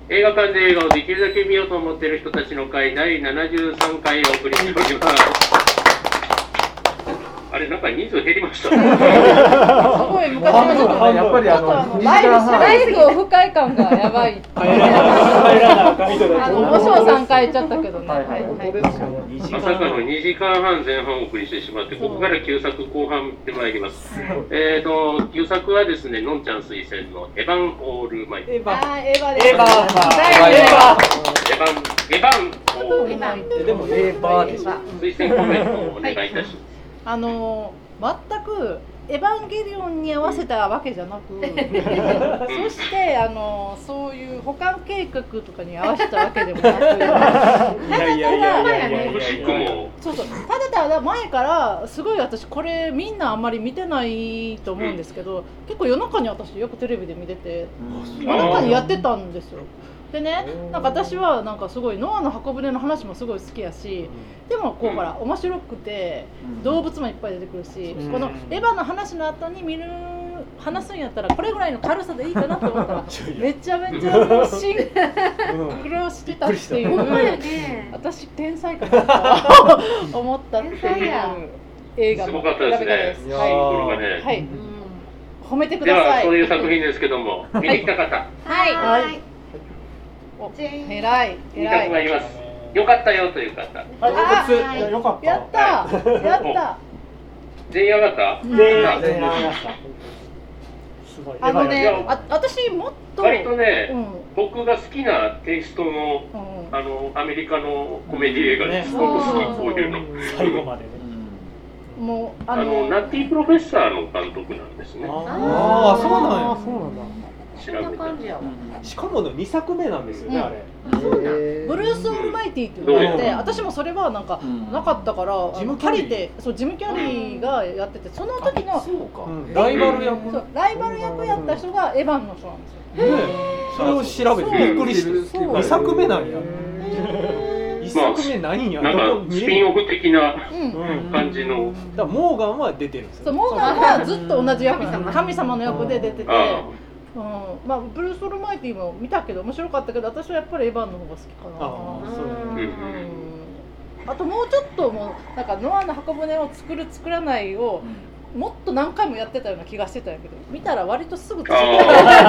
映画館で映画をできるだけ見ようと思っている人たちの会第73回お送りしております。あれ、なんか人数減りました。すごい昔のやっぱりライブ不快感がやばい。もしも3回言っちゃったけどね。まさかの2時間半前半お送りしてしまって、ここから旧作後半でまいります。旧作はですね、のんちゃん推薦のエヴァンオールマイティ。 エヴァです。 でもエヴァです。 推薦コメントをお願いいたします。 全くエヴァンゲリオンに合わせたわけじゃなくそしてそういう保管計画とかに合わせたわけでもなくただ前からすごい私これみんなあんまり見てないと思うんですけど、結構夜中に私よくテレビで見てて夜中にやってたんですよ。でね、なんか私はなんかすごいノアの箱舟の話もすごい好きやし、でもこうほら面白くて動物もいっぱい出てくるし、このエヴァの話の後に話すんやったらこれぐらいの軽さでいいかなと思ったらめちゃめちゃシンクロしてたっていう、私天才かなと思ったっていう映画の調べ方です。 はい、褒めてください。 ではそういう作品ですけども、見に来た方。 はい。偉い。 見たくなります。よかったよという方。 よかった。 やった。 全員上がった？ 全員上がった。すごい。 私もっと割とね、僕が好きなテイストのアメリカのコメディ映画ですごく好き、こういうの。 最後までね。 もうナッティプロフェッサーの監督なんですね。 ああ、そうなんや。 調べた。 しかもの2作目なんですよね、あれ。 ブルース・オールマイティっていうのがあって、私もそれはなんかなかったから借りて、そうジム・キャリーがやってて、その時のライバル役やった人がエヴァンの人なんですよ。 それを調べてびっくりして、2作目なんや。1作目ないんや。 なんかスピンオフ的な感じの。 だからモーガンは出てるんですよ。 モーガンはずっと同じ役、神様の役で出てて。まあブルース・オールマイティも見たけど面白かったけど、私はやっぱりエヴァンの方が好きかな。あともうちょっとなんかノアの箱舟を作る作らないをもっと何回もやってたような気がしてたんやけど、見たら割とすぐ作れる。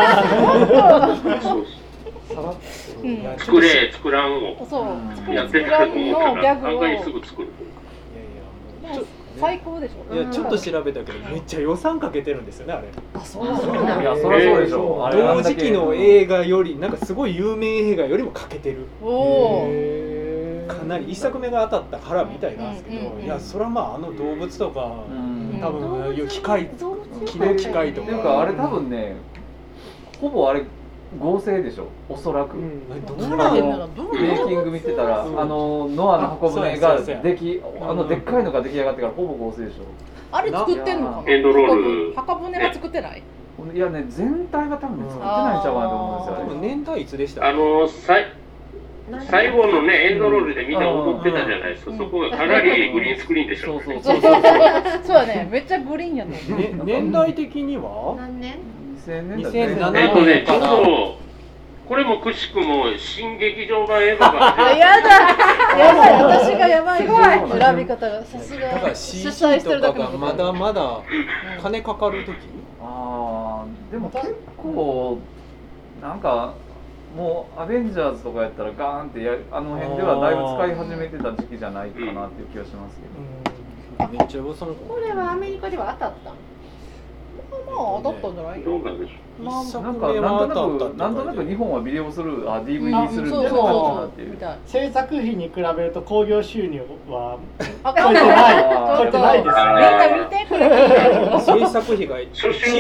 作れ作らんをやってたのをギャグをすぐ作る。 最高でしょ。 いやちょっと調べたけどめっちゃ予算かけてるんですよね、あれ。 そうなんだ。 いやそりゃそうでしょ。 同時期の映画よりなんかすごい有名映画よりもかけてる。かなり1作目が当たったからみたいなんですけど、いやそれはまあ動物とか多分機械とか。っていうかあれ多分ね、ほぼあれ合成でしょ、おそらく。メイキング見てたら、ノアの箱舟がでっかいのが出来上がってからほぼ合成でしょ。 あれ作ってんのかな。 エンドロール。 箱舟は作ってない？ いやね、全体は多分作ってないんちゃうかなと思うんですよ。 多分年代いつでした？ 最後のねエンドロールでみんな踊ってたじゃないですか。そこがかなりグリーンスクリーンでしょ。 そうだね、めっちゃグリーンやね。 年代的には？ 何年 ？2007 年。ちょっとこれもくしくも新劇場版映画が。 やだ、私がやばい。選び方がさすが。 だから CG とかがまだまだ金かかる時？ でも結構なんかもうアベンジャーズとかやったらガーンってあの辺ではだいぶ使い始めてた時期じゃないかなっていう気がしますけど。 めっちゃ予算。 これはアメリカでは当たった。まあ当たったんじゃない？ どうなんでしょう。 なんとなく日本はビデオする、DVD するみたいな感じになっている。 制作費に比べると興行収入は超えてないですね。 みんな見てくれ。 制作費が1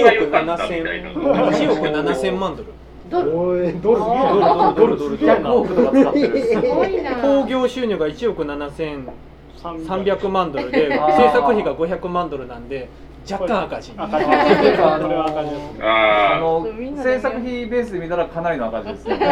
億7000万ドル。 ドル 100億とか使ってる。 すごいな。 興行収入が1億7300万ドルで、制作費が500万ドルなんで若干赤字。 制作費ベースで見たらかなりの赤字ですね。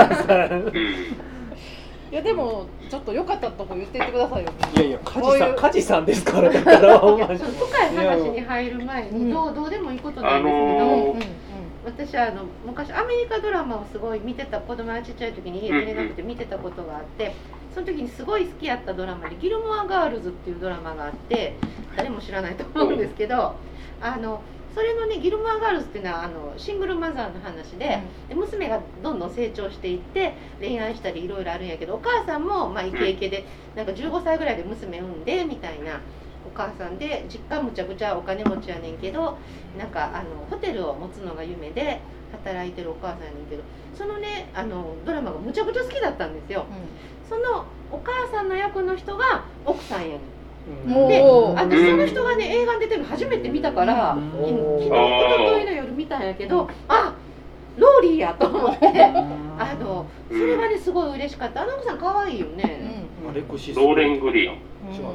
いやでもちょっと良かったとこ言っていってくださいよ。 いや梶さんですからだから。 深い話に入る前にどうでもいいことなんですけど、 私昔アメリカドラマをすごい見てた、子供がちっちゃい時に家出れなくて見てたことがあって、その時にすごい好きやったドラマでギルモアガールズっていうドラマがあって、誰も知らないと思うんですけど、それのねギルモアガールズっていうのはシングルマザーの話で、娘がどんどん成長していって恋愛したりいろいろあるんやけど、お母さんもイケイケでなんか15歳ぐらいで娘産んでみたいなお母さんで、実家むちゃくちゃお金持ちやねんけど、なんかホテルを持つのが夢で働いてるお母さんやねんけど、そのねドラマがむちゃくちゃ好きだったんですよ。そのお母さんの役の人が奥さんやねん。で、私その人がね映画に出てるの初めて見たから、昨日一昨日の夜見たんやけど、あ、ローリーやと思って、それがねすごい嬉しかった。奥さん可愛いよね。 ローレン・グリーン。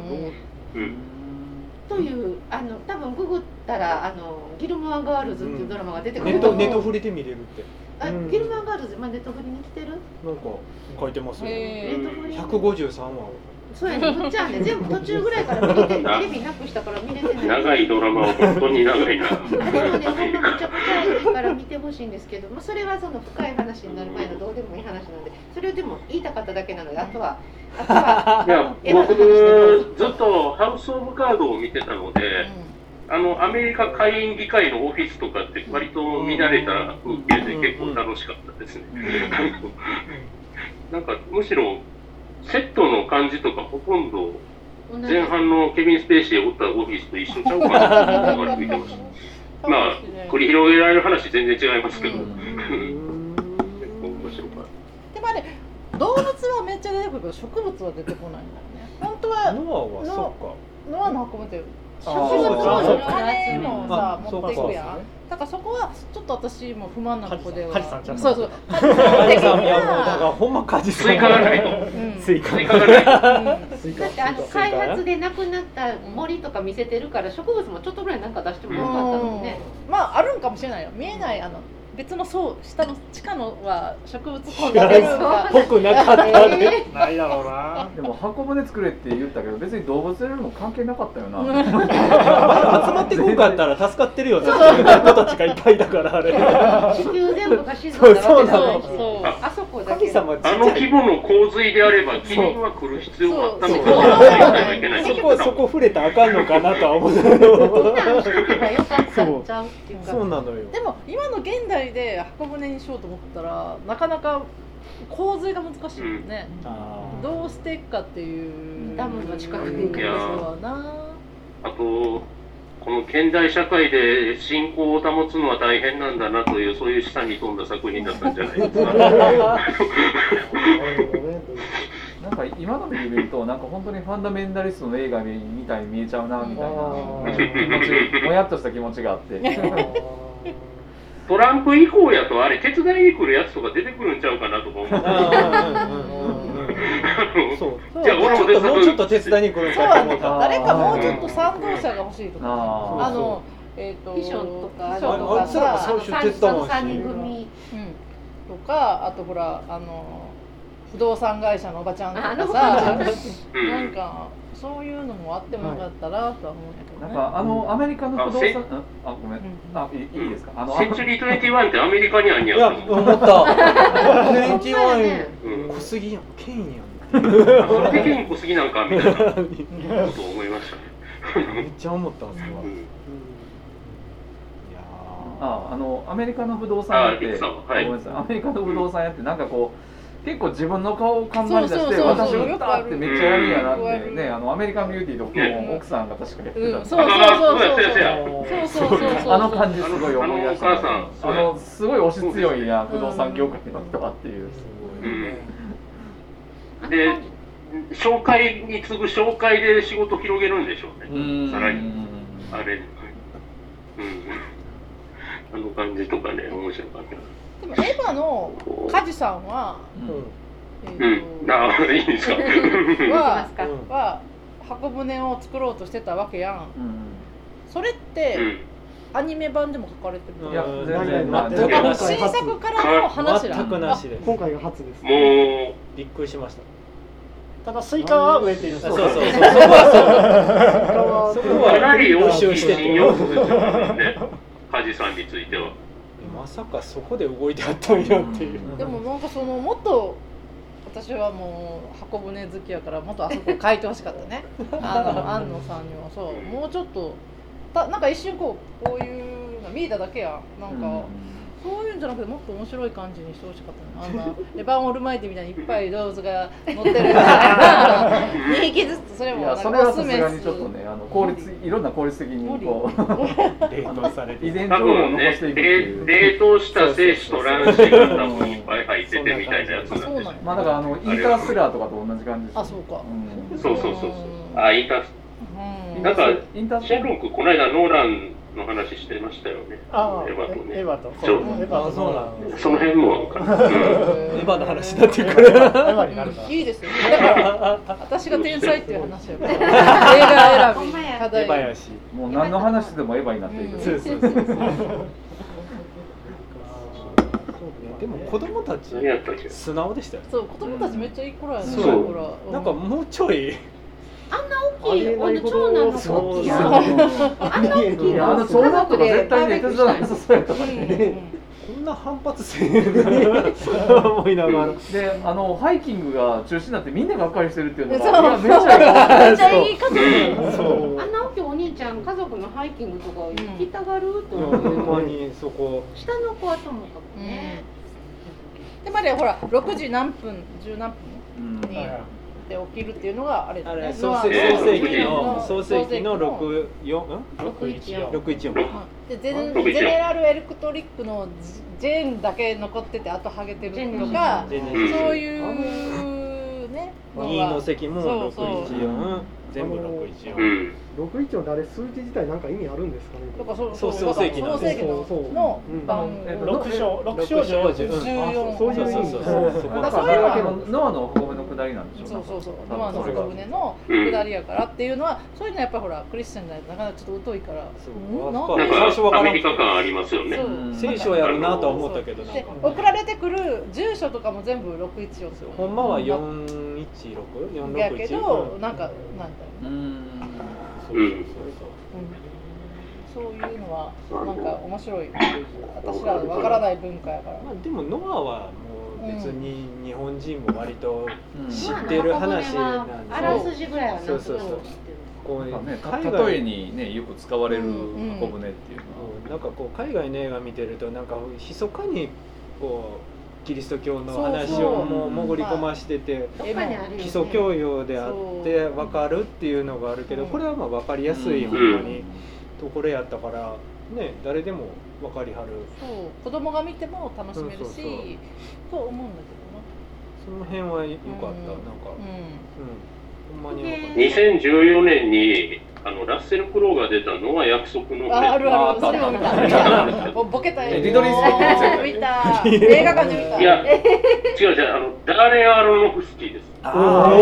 という多分ググったらギルモアガールズっていうドラマが出てくる。 ネットフリで見れるって。 ギルモアガールズネットフリに来てる？ なんか書いてますよ。 153 話。 そうやね、むっちゃんね、全部途中ぐらいから見れて、テレビなくしたから見れてない。 長いドラマは本当に長いな。 でもね、ほんまむちゃくちゃいいから見てほしいんですけど、それはその深い話になる前のどうでもいい話なので、それをでも言いたかっただけなので、あとは。 いや、僕ずっとハウス・オブ・カードを見てたので、アメリカ下院議会のオフィスとかって割と見慣れた風景で結構楽しかったですね。なんかむしろセットの感じとかほとんど前半のケビン・スペーシーをおったオフィスと一緒ちゃうかなと思って見てました。まあ繰り広げられる話全然違いますけど、結構面白かった。 でもあれ動物はめっちゃ出てくるけど植物は出てこないんだよね。本当はノアはそうか。 ノアの箱って植物の種もさ持っていくやん。だからそこはちょっと私も不満なとこでは。そうそう。 カジさんいやもうだからほんまカジさん。 スイカがないと。 スイカがない。 だって開発でなくなった森とか見せてるから植物もちょっとぐらいなんか出してもよかったのね。 まああるんかもしれないよ。見えない別の層下の地下のは植物本が出るかぽくなかったね。 ないだろうな。 でも箱舟作れって言ったけど別に動物よりも関係なかったよな。 集まってこんかったら助かってるよね。子たちがいっぱいだからあれ。 地球全部が沈んだわけじゃないし、あそこだけ。 あの規模の洪水であればキリンは来る必要があったのかな。いけない。 そこ触れたらあかんのかなとは思うけど。そうなのよ。 でも今の現代で箱舟にしようと思ったらなかなか洪水が難しいよね。どうしていくかっていうダムの近くに。 あとこの現代社会で信仰を保つのは大変なんだなという、そういう示唆に富んだ作品だったんじゃないですか。 なんか今ので見るとなんか本当にファンダメンタリストの映画みたいに見えちゃうなみたいなもやっとした気持ちがあって。 トランプ以降やとあれ手伝いに来るやつとか出てくるんちゃうかなとか思って。 じゃあ俺ももうちょっと手伝いに来るんかと思った。 誰かもうちょっと賛同者が欲しいとか。 秘書とかさ、 3人組とか、あとほら不動産会社のおばちゃんとかさ、なんかそういうのもあってもよかったなとは思うんやけどね。 なんかアメリカの不動産、ごめん、いいですか。 センチュリー21ってアメリカにあんや。 いや思った。21小杉やん、ケンやん。 それでケン小杉なんかみたいなことを思いましたね。 めっちゃ思ったんですよ。 アメリカの不動産屋って、ごめんなさい、アメリカの不動産屋ってなんかこう。結構自分の顔を看板に出して私売ったってめっちゃやるんやなってね、アメリカンビューティーとかも奥さんが確かやってた。 そうあの感じすごい思い出した。すごい押し強いな不動産業界の人はっていう。 で紹介に次ぐ紹介で仕事広げるんでしょうね。さらにあれ、あの感じとかね面白かった。 でもエヴァの梶さんは、 いいですか。 は箱舟を作ろうとしてたわけやん。それってアニメ版でも書かれてる。 いや全然新作からの話だ。 全くなしです。 今回が初です。 もうびっくりしました。 ただスイカは植えてる。 そう。そこはかなり大きい信用ですよね。梶さんについては。 まさかそこで動いてあったんやっていう、 でもなんかそのもっと私はもう箱舟好きやからもっとあそこ書いてほしかったね安野さんにはそうもうちょっとなんか一瞬こういうの見えただけやなんか、そういうんじゃなくてもっと面白い感じにしてほしかったね。あんなレバンオールマイティみたいにいっぱい動物が乗ってるみたいな2匹ずつそれもなんかそれはさすがにちょっとね効率いろんな効率的にこう冷凍されて遺伝情報を残していくっていう冷凍した精子と卵子が多分いっぱい入っててみたいなやつなんでまあだからインターステラーとかと同じ感じです。 あそうか、 そうあインターなんかシェンロンクこの間ノーランの話してましたよね。エヴァとそうなんです。 その辺もエヴァの話になってくる。 エヴァになるから。 いいですよ。だから私が天才っていう話よ。映画選び課題。 エヴァやし。 もう何の話でもエヴァになっていく。 でも子供たち素直でしたよ。 そう子供たちめっちゃいい子らやね。 なんかもうちょい。 あんな大きい長男の子大きいあんな大きい長男とか絶対に手伝わなさそうやったからね。 こんな反発せえ思いながらでハイキングが中止になってみんながっかりしてるっていうのがめっちゃいい家族あんな大きいお兄ちゃん家族のハイキングとか行きたがると思う。 ほんまにそこ下の子はともかくね。 でまでほら6時何分10何分に起きるっていうのがあれだね。 創世紀の614 でゼネラルエレクトリックのジェーンだけ残っててあとハゲてるとかそういうね 2の席も614全部614 614ってあれ数字自体なんか意味あるんですかね。 創世紀の 6章 14 そういう意味だからそれだけのノアの箱舟の下りなんでしょ。 そうノアの箱舟の下りやからっていうのはそういうのはやっぱほらクリスチャンじゃないとなかなかちょっと疎いからなんかアメリカ感ありますよね。 聖書やるなとは思ったけどで送られてくる住所とかも全部614 ほんまは416 やけどなんかそういうのはなんか面白い私らわからない文化やから、 でもノアはもう別に日本人も割と知ってる話なんで、 あらすじぐらいはそうこうね例えにねよく使われる箱舟っていうのはなんかこう海外の映画見てるとなんか密かにこうキリスト教の話をもう潜り込ましてて基礎教養であって分かるっていうのがあるけどこれはまあ分かりやすいほんまにところやったからね誰でも分かりはる子供が見ても楽しめるしと思うんだけどなその辺は良かったなんかほんまに 2014年にラッセル・クロウが出たのは約束のあるそれも見たボケたリドリー・スコット見た映画館で見たいや違うダーレン・アロノフスキーですブラ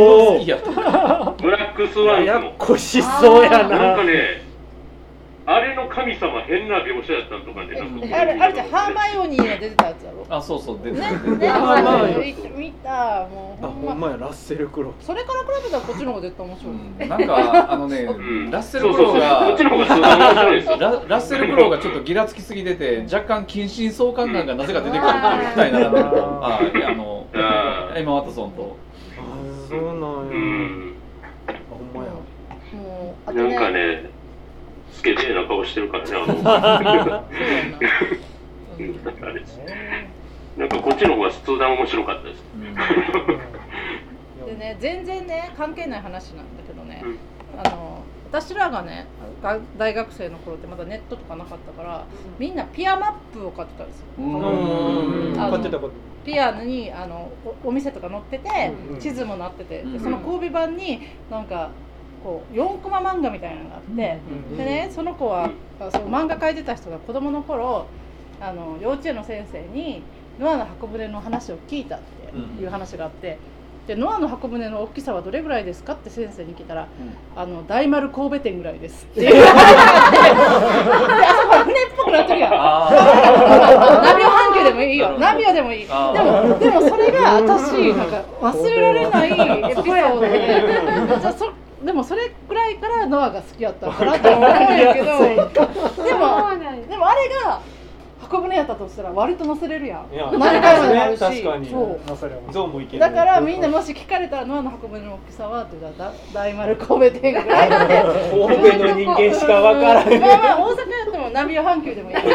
ックスワンやっこしそうやななんかねあれの神様変な描写やったんとかねあれじゃハーマイオニーが出てたやつやろあそう出てた見たもうほんまやラッセル・クロウそれから比べたらこっちの方が絶対面白いなんかラッセル・クロウがこっちの方がすごい面白いですよラッセル・クロウがちょっとギラつきすぎてて若干近親相関感がなぜか出てくるみたいなエマ・ワトソンとそうなんやほんまやなんかねスケベーな顔してるからねなんかこっちの方が普通だ面白かったです。 でね全然ね関係ない話なんだけどね、私らがね大学生の頃ってまだネットとかなかったからみんなピアマップを買ってたんですよ。 買ってたことピアにお店とか載ってて地図もなっててでその神戸版になんかこう4コマ漫画みたいなのがあってでねその子はその漫画描いてた人が子供の頃幼稚園の先生にノアの箱舟の話を聞いたっていう話があってでノアの箱舟の大きさはどれぐらいですかって先生に聞いたら大丸神戸店ぐらいですっていう話があってあそこ船っぽくなってるやんナビオ半球でもいいよナビオでもいいでもそれが私なんか忘れられないエピソードででもそれぐらいからノアが好きやったのかなと思うんやけどでもあれが箱舟やったとしたら割と乗せれるやん。 いや何回もなるし、 確かにそうゾウもいける。 だからみんなもし聞かれたらノアの箱舟の大きさはって言ったら大丸神戸店ぐらいなんで神戸の人間しかわからない。 まあまあ大阪やってもナビオ阪急でもいいどっ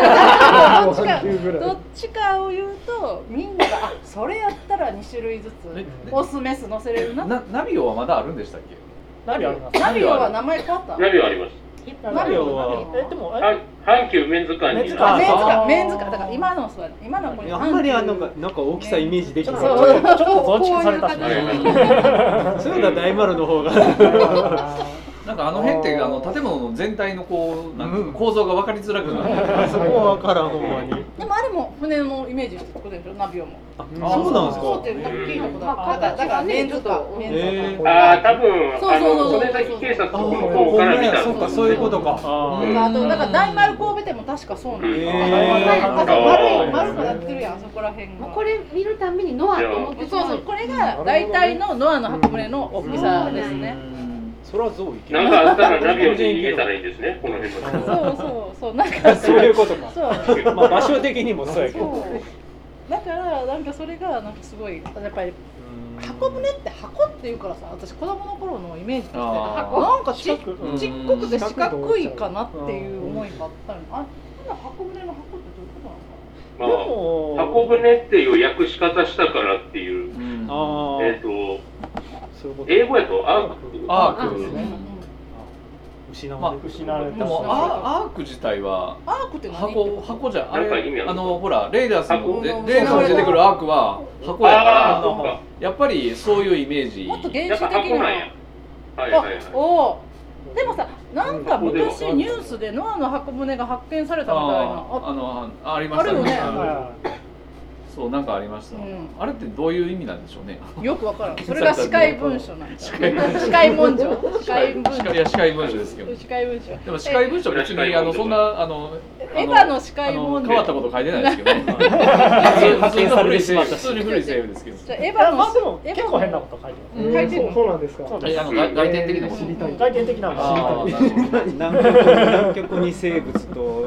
ちかを言うとみんながそれやったら2種類ずつオスメス乗せれるな。 ナビオはまだあるんでしたっけ？ ナビあります。 ナビオは名前変わった？ ナビオあります。 ナビオはでも阪急メンズ館に。 メンズかだから今のそう今のこれあんまりなんか大きさイメージできない。 ちょっと増築されたしね。 そういうのは大丸の方が。 なんかあの辺って建物の全体のこうなんか構造が分かりづらくなる。 そこは分からんほんまに。 でもあれも船のイメージして作ってるでしょナビオも。 そうなんですか。 そうって大きいとこだからメンズか。 多分曽根崎警察の方から見た。 そういうことか。 あとだから大丸神戸店も確かそうなんですよ。丸くなってるやんそこら辺が。 これ見るたびにノアと思って。 そうこれが大体のノアの箱舟の大きさですね。 それはゾウいけなんかあったらナビオに逃げたらいいんですね、この辺の。 そうなんかそういうことか。 そうまあ場所的にもそうやけど。 だからなんかそれがなんかすごいやっぱり箱舟って箱っていうからさ、私子供の頃のイメージとしてなんかちっこくて四角いかなっていう思いがあったの。箱舟の箱ってどういうことなのか。 箱舟っていう訳し方したからっていう。英語やとアークですね。 失われた。 でもアーク自体は箱じゃあれほらレイダースに出てくるアークは箱やからやっぱりそういうイメージ。 もっと原始的な。でもさなんか昔ニュースでノアの箱舟が発見されたみたいなありましたね。そうなんかありました、あれってどういう意味なんでしょうね。 よくわからん。それが司会文書なんだ。司会文書。司会文書。 いや司会文書ですけど。 司会文書。 でも司会文書別にそんなエヴァの司会文書変わったこと書いてないですけどね。普通の古いセーブですけど。 エヴァのでも結構変なこと書いてます。書いてる。そうなんですか。 外見的なこと。 外見的なの。 南極に生物と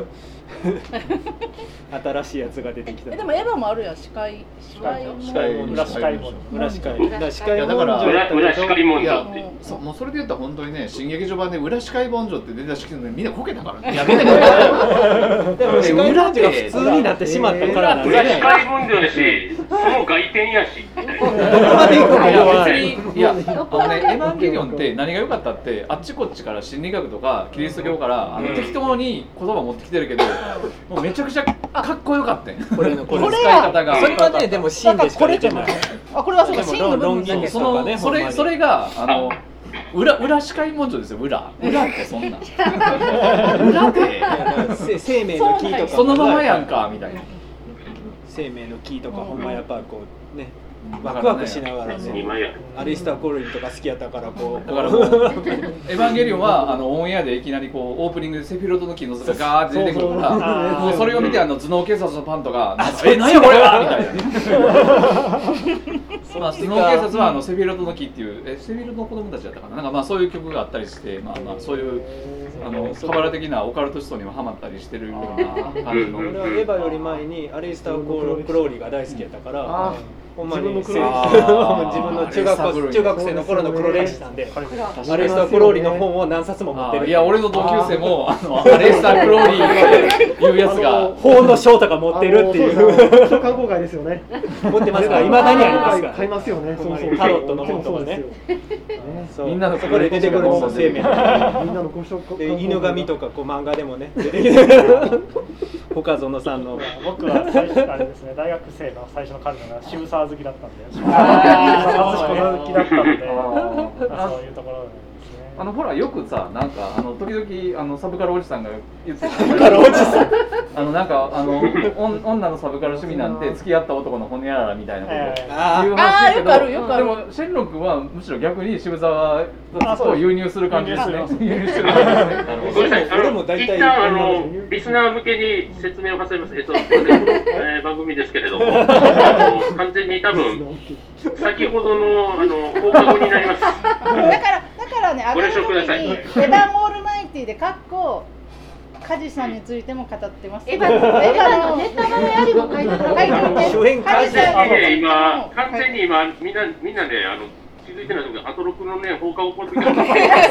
新しいやつが出てきた。 でもエヴァもあるやん。司会裏司会文書。 裏司会文書って。もうそれで言ったら本当にね、新劇場版で裏司会文書って出た時のみんなこけたからね。いやみんなでも司会文書が普通になってしまったからなん裏司会文書やし、その外見やし。 どこまで行くかいやエヴァンゲリオンって何が良かったってあっちこっちから心理学とかキリスト教から適当に言葉持ってきてるけど、もうめちゃくちゃかっこよかったん。これ使い方が。 それはねでもシーンでしか出てない。 これはそうかシーンの部分だけ。 それが裏司会文書ですよ。裏ってそんな。裏って生命の木とかそのままやんかみたいな。 生命の木とかほんまやっぱこうね。ワクワクしながらね、アリスター・コロリンとか好きやったからこう。 だからエヴァンゲリオンはオンエアでいきなりこうオープニングでセフィロトの木の図がガーって出てくるから、もうそれを見て頭脳警察のパンとか何やこれはみたいな。頭脳警察はセフィロトの木っていうセフィロトの子供たちだったかな。なんかまあそういう曲があったりして、まあそういうカバラ的なオカルト思想にもハマったりしてるような感じの。 俺はエヴァより前にアリスター・コロリーが大好きやったから。ほんまに自分の中学生の頃の黒歴史なんで、アレスター・クローリーの本を何冊も持ってる。 いや俺の同級生もアレスター・クローリーっていうやつが法の章とか持ってるっていう。 観光会ですよね。 持ってますから未だにありますから。 買いますよね。 タロットの本とかね。 みんなのそこで出てくるのも生命。 みんなのご紹介。 犬神とかこう漫画でもね出てきて。岡園さんの。 僕はあれですね、大学生の最初の彼女が渋沢好きだったんで、好きだったので、そういうところですね。 ほらよくさ、なんか時々サブカルおじさんが言ってた。 サブカルおじさん。 なんか女のサブカル趣味なんて付き合った男の骨やらみたいなこと言う話だけど、でもシェンロックはむしろ逆に渋沢を輸入する感じですね。輸入する感じですね。 俺も大体一旦リスナー向けに説明を挟みます。番組ですけれども、完全に多分先ほどの放課後になります。だからね、上がる時にエヴァンオールマイティでカッコ梶さんについても語ってます。 エヴァのネタバレありも書いてある。 主演梶さん。 今完全に今みんなね気づいてないところでアトロクのね放課後ポッドキャスト。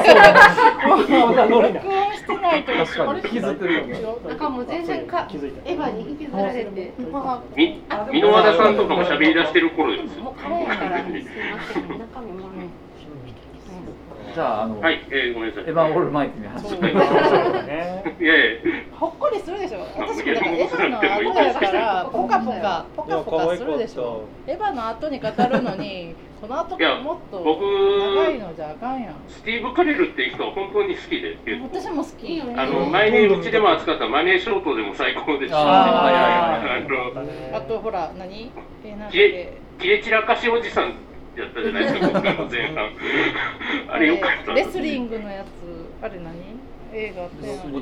録音してないと確かに引きずってるよね。 なんかもう全然エヴァに引きずられて。 箕輪田さんとかも喋り出してる頃です。 もうカレーからすみません。中身もね。 じゃあはい、ごめんなさい。 エヴァンオールマイティに始めいやいや。 ほっこりするでしょ。私もだからエヴァの後やからポカポカするでしょ。エヴァの後に語るのにこの後もっと長いのじゃあかんやん。 スティーブ・カレルっていう人は本当に好きで。 私も好き。 前にうちでも扱ったマネーショートでも最高ですし。 あとほら何？ キレ散らかしおじさん。やったじゃないですか、僕らの前半。あれよかった。 レスリングのやつ、あれ何？映画って。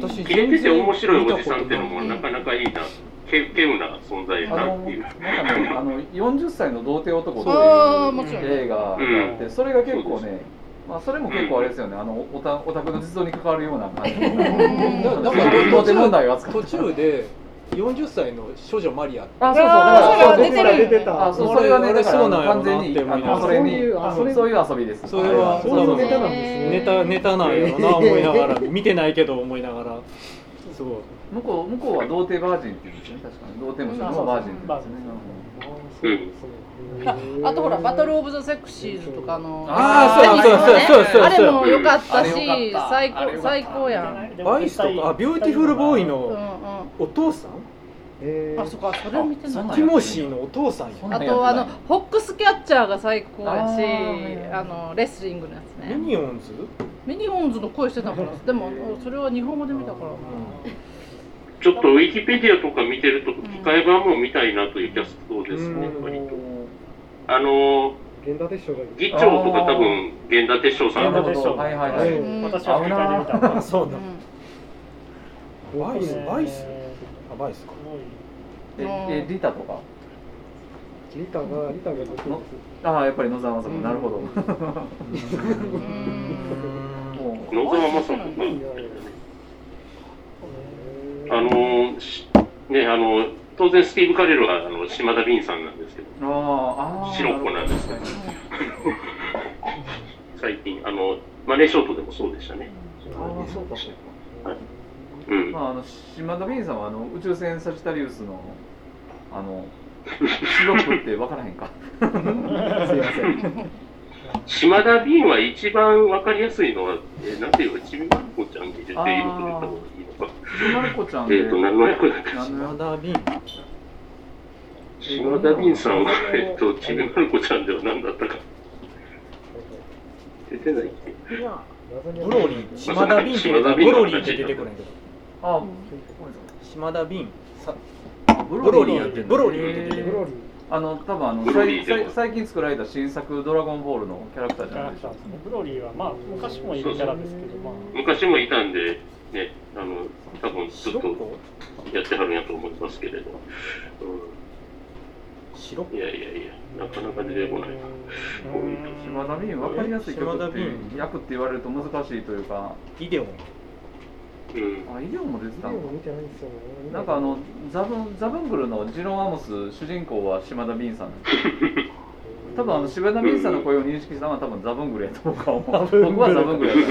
私切れてて面白いおじさんっていうのもなかなかいいな、稀有な存在だなっていう。 なんかね、40歳の童貞男っていう映画があって、それが結構ね、まあそれも結構あれですよね、オタクの実像に関わるような感じで。だから途中で。40歳の少女マリア。 そう出てた。 それがね、だから完全にそういう遊びです。 それはネタなんですね。ネタなんやろな思いながら見てないけど思いながら。すごい。 向こうは童貞バージンって言うんですね。確かに童貞も少女バージンって言うんですね。 あとほらバトルオブザセクシーズとかのそうあれも良かったし最高やん。 バイスとかビューティフルボーイのお父さん。 あそこそれ見てない。 ティモシーのお父さんや。 あとホックスキャッチャーが最高やしレスリングのやつね。 ミニオンズの声してたからでもそれは日本語で見たからな。 ちょっとウィキペディアとか見てると吹き替え版も見たいなというキャストですね、割と。議長とか多分源田鉄章さん。 はい。私は吹き替えで見た。 そうだ。バイスか。 リタとか。 リタがああやっぱり野沢雅子なるほど。 野沢雅子。当然スティーブ・カレルは島田凛さんなんですけど、白子なんですけど、最近マネーショートでもそうでしたね。 島田凛さんは宇宙船サジタリウスのシロップって分からへんか。すいません。 島田凛は一番分かりやすいのはなんていうかちびまる子ちゃんって言っていいのか言った方がいいのか。 ちびまる子ちゃん何の役だっけ。島田凛さんはちびまる子ちゃんでは何だったか出てないっけ。 ブロリー島田凛ってブロリーって出てくるんやけど。島田凛ブロリーって出てくる。 多分最近作られた新作ドラゴンボールのキャラクターじゃないでしょうか。 ブロリーはまあ昔もいるキャラですけど、 昔もいたんでね、多分ずっとやってはるんやと思いますけれど。いやなかなか出てこない。 島田凛分かりやすい曲って役って言われると難しいというか。 イデオン。 イデオンも出てたの。なんかザブングルのジロン・アモス主人公は島田凛さんなんです。多分島田凛さんの声を認識したのは多分ザブングルやと思うから僕はザブングルやった。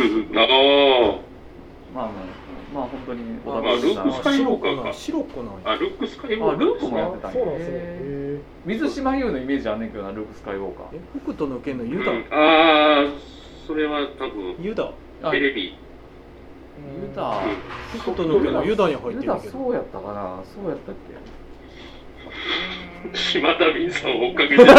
まあ本当にルックスカイウォーカーか。ルックスカイウォーカー。 ルックもやってたんや。水島優のイメージあんねんけどな、ルックスカイウォーカー。 北斗の拳のユダ。 それは多分ユダ。 テレビ。 ユダ。 北斗の拳のユダに入ってるけど。 ユダそうやったかな、そうやったっけ。 島田凛さんを追っかけて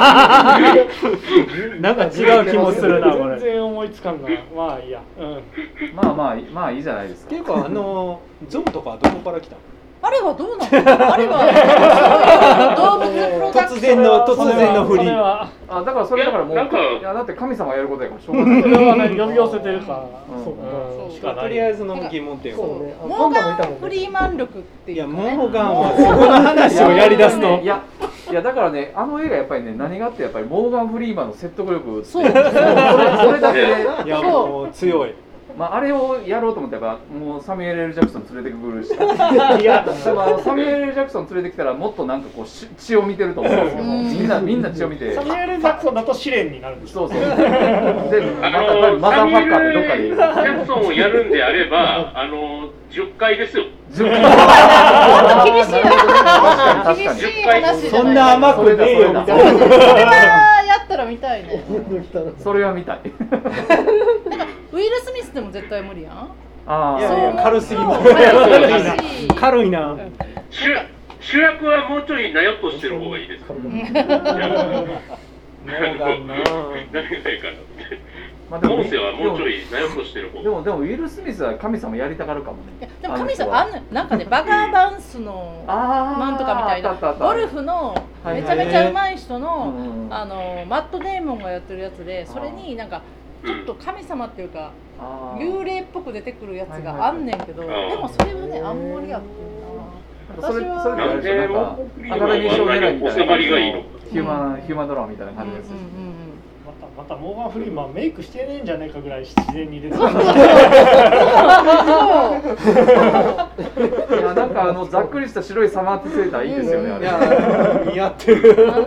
なんか違う気もするなこれ。 全然思いつかんな。まあいいや。 まあいいじゃないですか。 っていうかゾウとかどこから来たの？ あれはどうなの？あれは動物プロダクション突然の振り。 だからそれだからもうだって神様がやることやからしょうがない。 それはね呼び寄せてるから。 とりあえずの疑問点を。 モーガン・フリーマン力っていう。 モーガンはそこの話をやり出すと。 いやだからね映画やっぱりね何があってやっぱりモーガン・フリーマンの説得力。 そう。 それだけで。 いやもう強い。 まああれをやろうと思ったらもうサミュエル・L・ジャクソン連れてくるし、いやサミュエル・L・ジャクソン連れてきたらもっとなんかこう血を見てると思うんですよ。みんな血を見て。 サミュエル・ジャクソンだと試練になるんです。 そうそう。でマザーファッカーってどっかで。 ジャクソンをやるんであれば10回ですよ。 厳しい話。 そんな甘くねえよみたいな。 それはやったら見たいね。 それは見たい。 なんかウィル・スミスでも絶対無理やん。 いや軽すぎます。軽いな。 主役はもうちょいなよっとしてる方がいいです。誰がいいかなって。まあ、でも音声はもうちょいなよっとしてる方。 でもウィル・スミスは神様やりたがるかもね。 でも神様なんかねバガーバンスのなんとかみたいなゴルフのめちゃめちゃ上手い人のマット・デーモンがやってるやつで、それになんかちょっと神様っていうか幽霊っぽく出てくるやつがあんねんけど、でもそれはねあんまりやってんな。 それはなんでアカデミー賞狙いみたいなヒューマンドラマみたいな感じです。 またモーガン・フリーマンメイクしてねえんじゃねえかぐらい自然に出てる。いやなんかざっくりした白いサマーテセーターいいですよね。あれ似合ってる。 で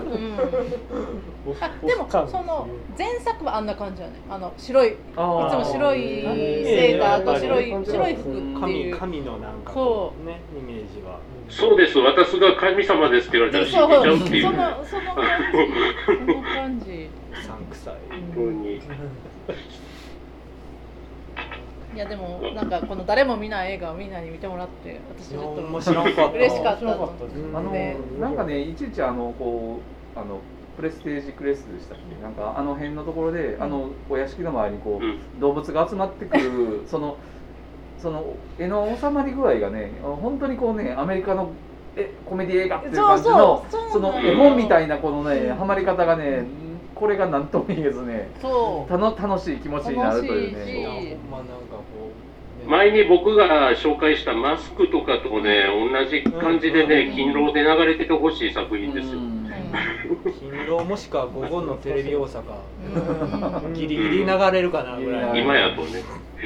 もその前作はあんな感じやね。白いいつも白いセーターと白い服っていう神のなんかねイメージは。 そうです。私が神様ですって言われたら信じちゃうっていう。その感じ。 臭い。 いやでもなんかこの誰も見ない映画をみんなに見てもらって私ちょっと面白かった。 嬉しかった。 なんかねいちいちこうプレステージクレスでしたっけ、なんか辺のところでお屋敷の周りにこう動物が集まってくるその絵の収まり具合がね本当にこうねアメリカのコメディ映画っていう感じのその絵本みたいなこのねハマり方がね。これが何とも言えずね、楽しい気持ちになるというね。 前に僕が紹介したマスクとかとね同じ感じでね勤労で流れててほしい作品ですよ。 勤労もしくは午後のテレビ大阪ギリギリ流れるかなぐらい。 今やとね。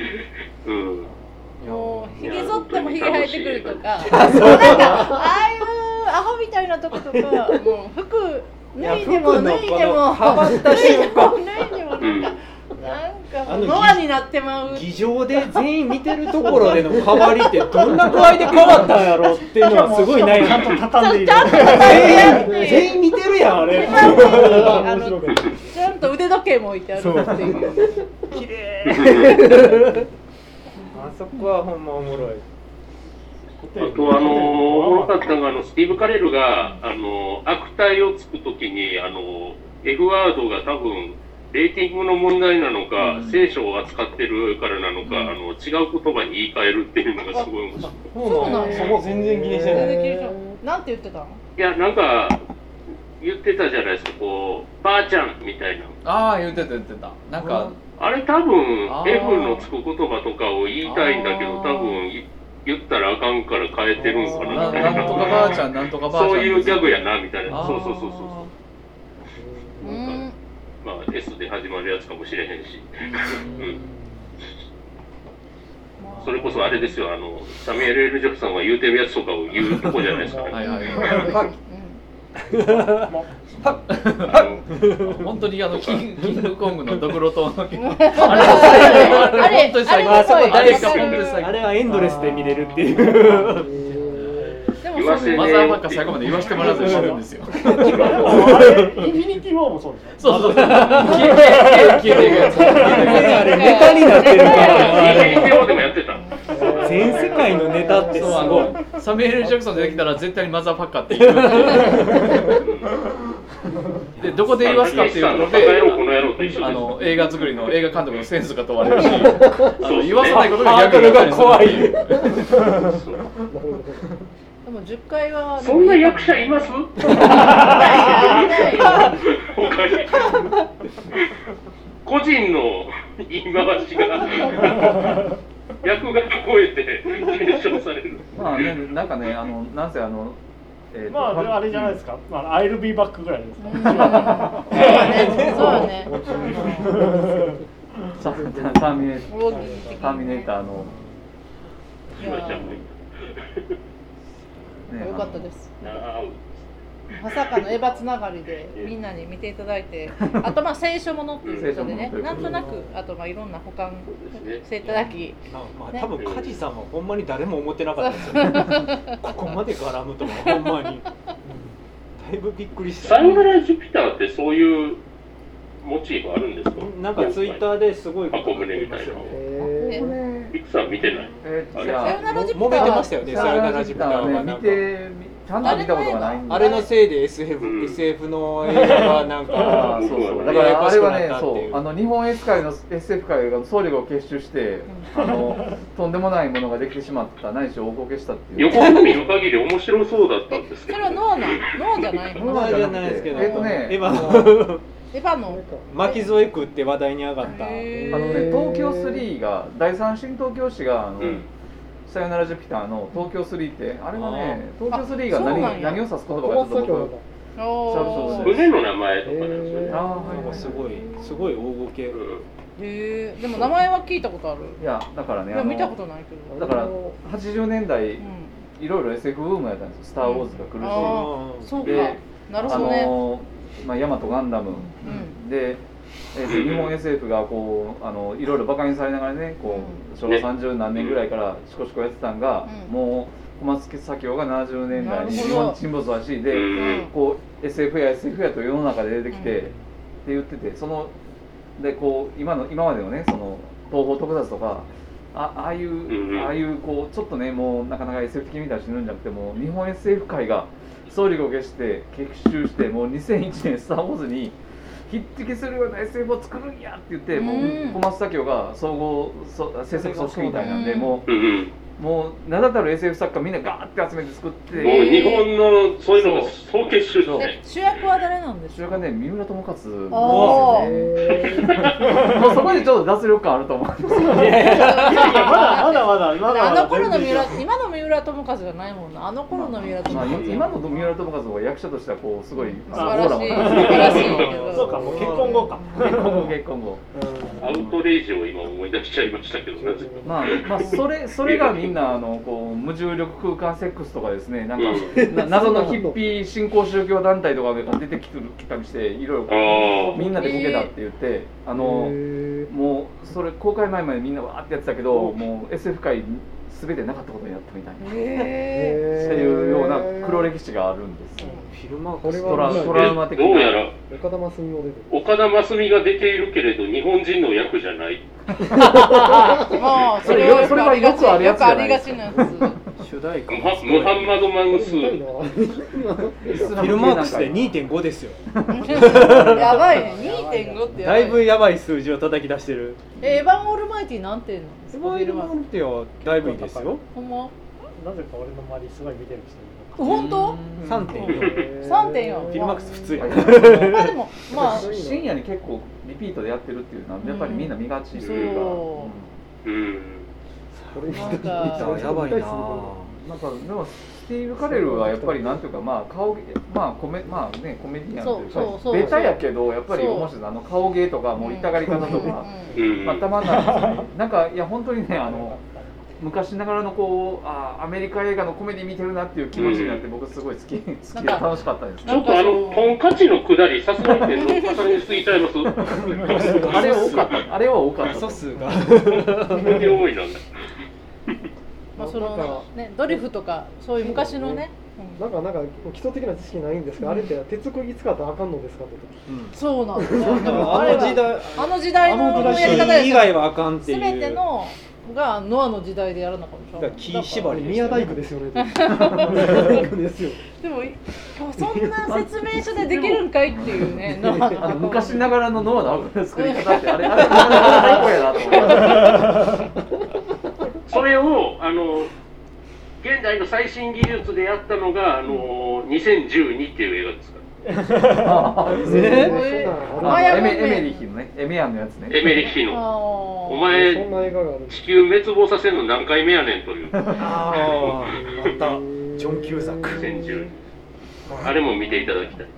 もうひげ剃ってもひげ生えてくるとか、なんかああいうアホみたいなとことか、もう服脱いでも変わった瞬間なんかノアになってまう。 議場で全員見てるところでの変わりってどんな具合で変わったんやろっていうのはすごい悩み。 ちゃんと畳んでいる。 全員見てるやんあれ。 ちゃんと腕時計も置いてあるっていう。 綺麗。あそこはほんまおもろい。 あとおもろかったのがスティーブ・カレルが悪態をつくときにF ワードが多分レーティングの問題なのか、聖書を扱ってるからなのか、違う言葉に言い換えるっていうのがすごい面白い。 そうなんです。 そこ全然気にしてない。 なんて言ってたの？ いやなんか言ってたじゃないですか、こうばあちゃんみたいな。 言ってたなんかあれ多分 F のつく言葉とかを言いたいんだけど多分言ったらあかんから変えてるんかなみたいな。 なんとかばあちゃんなんとかばあちゃん。 そういうギャグやなみたいな。そう。まあ S で始まるやつかもしれへんし。それこそあれですよ、サミュエル・L・ジャクソンが言うてるやつとかを言うとこじゃないですか。 本当にキングコングのドクロ島のあれ本当に最高。 あれはエンドレスで見れるっていう。 マザーファッカー最後まで言わせてもらうと死ぬんですよ。 インフィニティ・ウォーもそうですね。 そう消えていくやつ。 あれネタになってるから。 インフィニティ・ウォーでもやってた。 全世界のネタってすごい。 サミュエル・ジャクソン出てきたら絶対にマザーファッカーって言う。でどこで言わすかっていうので映画作りの映画監督のセンスが問われるし、言わさないことが逆に怖い。 でも10回はそんな役者います？個人の言い回しが役が超えて検証される。 まあね、なんかね、なんせまああれじゃないですか。I'll be back ぐらいですか。 そうね。 ターミネーターのいやよかったです。まさかのエヴァつながりでみんなに見ていただいて、あと聖書ものっていうことでね、なんとなくあといろんな保管していただき、 多分梶さんはほんまに誰も思ってなかったですよね。ここまで絡むとはほんまに。だいぶびっくりした。 さよならジュピターってそういうモチーフあるんですか？ なんかツイッターですごい箱舟みたいな。いくさん見てない？ さよならジュピター揉めてましたよね。さよならジュピターは見てちゃんと見たことがないんで。 あれのせいで SF の映画がなんかそうだからあれはね、そう日本 SF 界が総力を結集してとんでもないものができてしまった、ないし大こけしたっていう。 横を見る限り面白そうだったんですけど。 それはノアじゃないの？ ノアじゃないですけど。 エヴァの巻き添え食って話題に上がった東京3が第三新東京市がさよならジュピターの東京3ってあれはね、東京3が何を指す言葉かちょっと僕船の名前とかなんですよね。 すごい大ごけ。 でも名前は聞いたことある。 いやだからね、 見たことないけど。 だから80年代いろいろ SF ブームやったんですよ。スター・ウォーズが来るし、 そうか、なるほどね。 ヤマトガンダムで、日本 SF がこういろいろバカにされながらね、こう昭和30何年ぐらいからシコシコやってたんが、もう小松左京が70年代に日本沈没らしいで、こう SF やと世の中で出てきてって言ってて、そのでこう今までのね、その東宝特撮とかああいうこうちょっとね、もうなかなか SF 的に見たら死ぬんじゃなくて、もう日本 SF 界が総力を結集して、もう2001年スター・ウォーズに匹敵するような SF を作るんやって言って、もう小松左京が総合制作組織みたいなんで、もう名だたる SF 作家みんなガーって集めて作って、 もう日本のそういうのが総結集して、 主役は誰なんですか？ 主役はね、三浦友和なんですよね。もうそこでちょっと脱力感あると思うんですよ。 まだあの頃の今の三浦友和じゃないもんな。あの頃の三浦友和、 今の三浦友和は役者としてはこうすごい素晴らしいけど、 そうか、もう結婚後か。 結婚後アウトレイジを今思い出しちゃいましたけど、なぜか。 まあそれがみんなこう無重力空間セックスとかですね、なんか謎のヒッピー新興宗教団体とかが出てきたりして、いろいろみんなでこけたって言って、もうそれ公開前までみんなわーってやってたけど、もう SF 界全てなかったことになったみたいなっていうような黒歴史があるんですよ。トラウマ的な。 どうやら岡田真澄も出てる。 岡田真澄が出ているけれど日本人の役じゃない。 それはよくあるやつじゃないよくありがちなやつ。 主題歌ムハンマド・マンスーフィルマークスで 2.5 ですよ。 やばいね、2.5 ってだいぶやばい数字を叩き出してる。 エヴァン・オールマイティ何点なんですか？ エヴァン・オールマイティはだいぶいいですよ。 ほんま？ なぜか俺の周りすごい見てる人いる。 本当 ？3.4 3.4。 フィルマークス普通や。 まあでも深夜に結構リピートでやってるっていうのはやっぱりみんな見がちというか。 なんかやばいな。 なんかでもスティーブ・カレルはやっぱりなんていうか、コメディアンというかベタやけどやっぱり面白い。顔芸とかもう痛がり方とかたまんないですね。なんかいや本当にね、昔ながらのこうアメリカ映画のコメディ見てるなっていう気持ちになって、僕すごい好きで楽しかったです。 ちょっとトンカチの下りさすがに重ねすぎちゃいます。 あれは多かった。 素数が多いな。 そのね、ドリフとかそういう昔のね、 なんか基礎的な知識ないんですが、あれって鉄釘使ったらあかんのですかって時。 そうなんですよ。 あの時代のやり方です。 以外はあかんっていう。 全てのがノアの時代でやらなかった。 木縛り宮大工ですよね。宮大工ですよ。 でもそんな説明書でできるんかいっていうね。 昔ながらのノアの作り方ってあれ最高やなと思って。 それを現代の最新技術でやったのが2012っていう映画ですか。 エメリヒのね、エメヤンのやつね。 エメリヒの。お前地球滅亡させるの何回目やねんという。 あった。ジョン・キューザック。 2012。あれも見ていただきたい。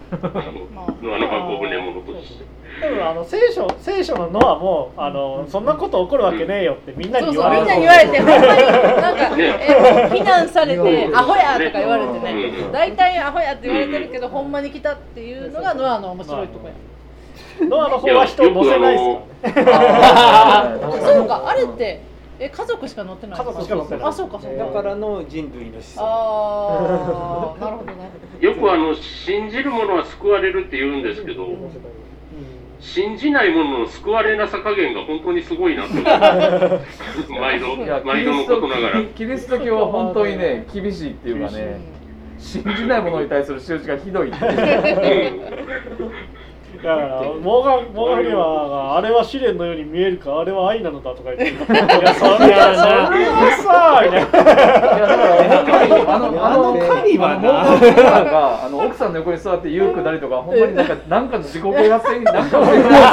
ノアの箱舟も残して。 でも聖書のノアもそんなこと起こるわけねえよってみんなに言われる。 みんなに言われて、ほんまになんか非難されてアホやとか言われてね、大体アホやって言われてるけどほんまに来たっていうのがノアの面白いとこや。 ノアの方は人を乗せないですからね。 そうか、あれって家族しか乗ってない。 家族しか乗ってない。 あ、そうかそうか。 だからの人類の思想。 ああ、なるほどね。 よく信じる者は救われるって言うんですけど、信じない者の救われなさ加減が本当にすごいなって毎度のことながら。 キリスト教は本当にね厳しいっていうかね、信じない者に対する仕打ちがひどいっていう。 だからモーガン・フリーマンがあれは試練のように見えるか、あれは愛なのだとか言っていやそれはさみたいな。 あの狩りはな奥さんの横に座って言うくだりとかほんまになんかの自己啓発性になんか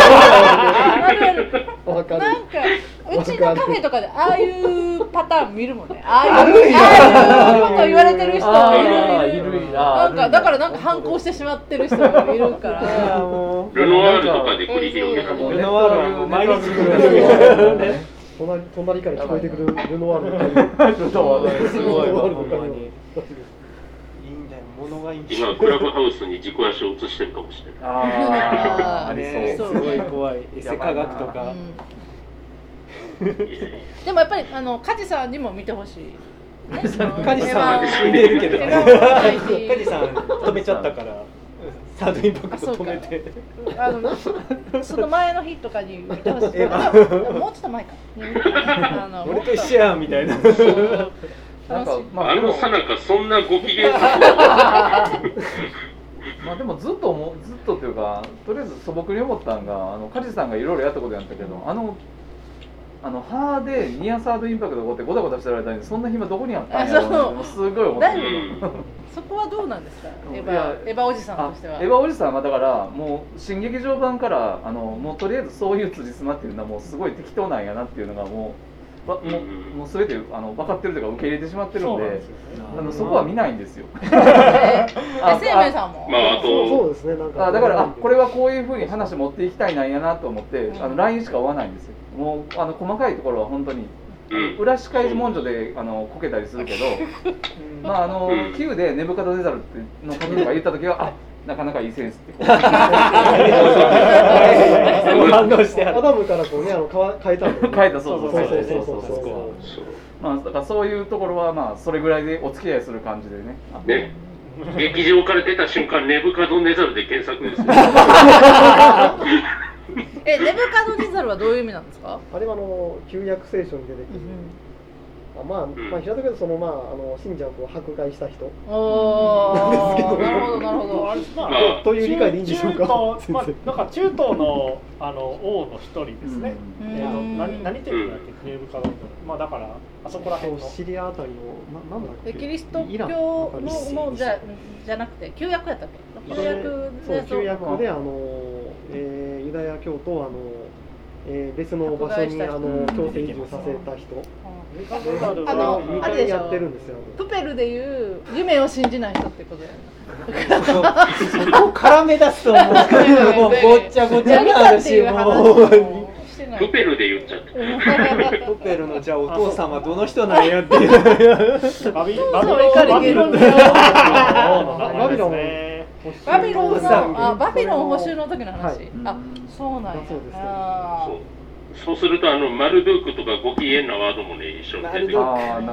うちのカフェとかでああいうパターン見るもんね。ああいうこと言われてる人いる。なんかだからなんか反抗してしまってる人がいるから。 ルノワールとかで繰り広げられる。 ルノワールは毎日来る。 隣から聞こえてくるルノワールの会。 すごいわ、ほんまに。いいんだよ、物がいい。 今クラブハウスに自己足を移してるかもしれない。 ああ、すごい怖い。エセ科学とか。 でもやっぱり梶さんにも見てほしい。 梶さん死んでるけど。梶さん止めちゃったから。サードインパクト止めて。 その前の日とかに見てほしい。もうちょっと前か。 俺と一緒やんみたいな。 さなかそんなご機嫌。 まあでもずっとっていうか、とりあえず素朴に思ったのが梶さんがいろいろやったことやったけど、歯でニアサードインパクトが起こってゴタゴタしてられたのにそんな暇どこにあったんやろうってすごい思って。 そこはどうなんですか、エヴァおじさんとしては。 エヴァおじさんはだからもう新劇場版からもうとりあえずそういう辻褄っていうのはもうすごい適当なんやなっていうのがもう全て分かってるというか受け入れてしまってるんで、そこは見ないんですよ。 生命さんも。 そうですね。なんかだからこれはこういうふうに話持っていきたいなんやなと思ってLINE しか追わないんですよ。もう細かいところは本当に。裏司会文書でこけたりするけど、Q でネブカドネザルの書きとか言った時はなかなかいいセンスって反応してアダムからこうね変えたそうだからそういうところはそれぐらいでお付き合いする感じでね。 劇場から出た瞬間ネブカドネザルで検索ですよ。 ネブカドネザルはどういう意味なんですか？ あれは旧約聖書に出てくる。平たく言うと信者を迫害した人。 なるほどなるほど。という理解でいいんでしょうか。 なんか中東の王の一人ですね。何ていうのだっけ、ネブカドネザル。だからあそこら辺のシリアあたりのなんだっけ。 キリスト教のじゃなくて旧約やったっけ？ 旧約でユダヤ教と別の場所に強制移住させた人。 あれでしょ。 やってるんですよ。 プペルでいう夢を信じない人ってことやな。 そこ絡め出すともうごっちゃごちゃになるし、 プペルで言っちゃった。 プペルのじゃあお父様どの人なんやっていう。 バビロン捕囚の時の話。そうなんや。 そうするとマルドゥークとかご機嫌なワードもね一緒に出てくる。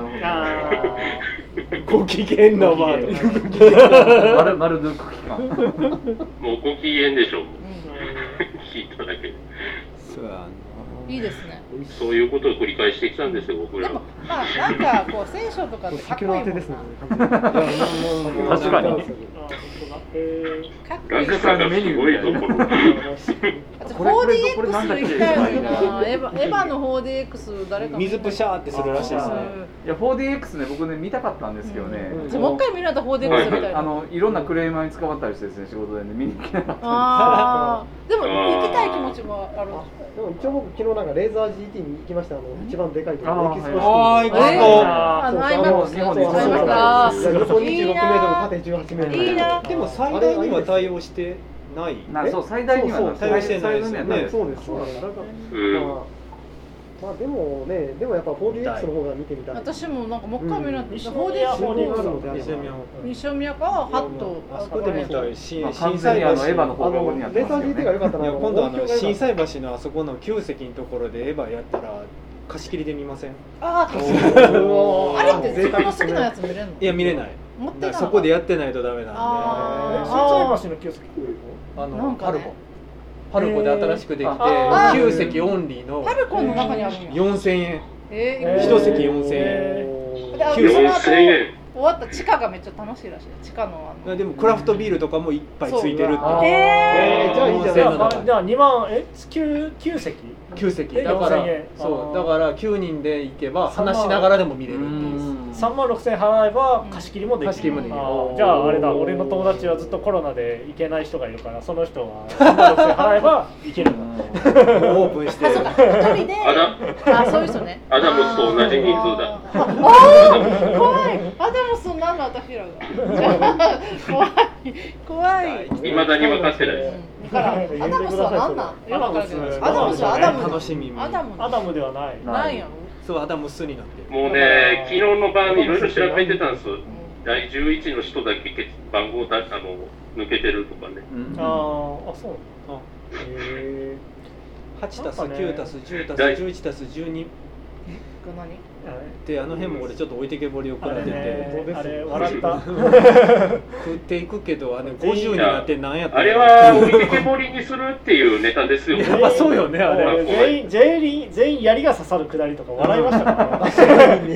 ご機嫌なワード。 マルドゥーク機関。 もうご機嫌でしょ。聞いただけで。 いいですね。 そういうことを繰り返してきたんですよ僕らは。 なんかこう聖書とかってかっこいいもん。 ですね。 確かに。 落差がすごいところ。 4DX 行きたいな。エヴァの 4DX 誰か水プシャーってするらしいですね。 いや 4DX ね僕ね見たかったんですけどね。 もう一回見るんだったら 4DX みたいな。 いろんなクレーマーに捕まったりしてですね仕事でね見に行けなかったんです。 でも行きたい気持ちちもある。 でも一応僕昨日なんかレーザー GT に行きました。一番でかいところエキスポシティ。 エキスポ。 横26メートル、縦18メートル。 いいな。 でも最大には対応してない。 そう最大には対応してないですよね。 そうですね。まあでもね、でもやっぱ 4DX の方が見てみたい。 私もなんかもう一回見なくて、 西宮かハットあそこで見たいし、 完全にエヴァの方がレーザー GT が良かったな。 今度心斎橋のあそこの9席のところでエヴァやったら貸し切りで見ません？ あれって自分の好きなやつ見れるの？ いや見れない。そこでやってないとダメなんで。 心斎橋の9席パルコで新しくできて9席オンリーのパルコの中にあるんや。 4000円。1席4000円。 4000円。 終わった地下がめっちゃ楽しいらしい。地下のでもクラフトビールとかもいっぱいついてるって。 じゃあいいじゃない。 じゃあ2万9席 ？9席だからそうだから9人で行けば話しながらでも見れるっていう。 3万6000円払えば貸し切りもできる。じゃああれだ、俺の友達はずっとコロナで行けない人がいるから、その人は3万6000円払えば行ける。 オープンして。 一人で。そういう人ね。 アダムスと同じ人数だ。 怖い。アダムスなんだ私らが。怖い。 未だに分かってないです。 アダムスは何なん？アダムスはアダム。 楽しみ。 アダムではない。 ないやろ。 そうアダムスになってる。 もうね、昨日の晩いろいろ調べてたんです。第11の人だけ番号抜けてるとかね。 そう。 8たす9たす10たす11たす12。であの辺も俺ちょっと置いてけぼりを食らってて、 あれ笑った。 食っていくけど50になってなんやった。 あれは置いてけぼりにするっていうネタですよ。 やっぱそうよねあれ。 全員槍が刺さるくだりとか笑いましたからね。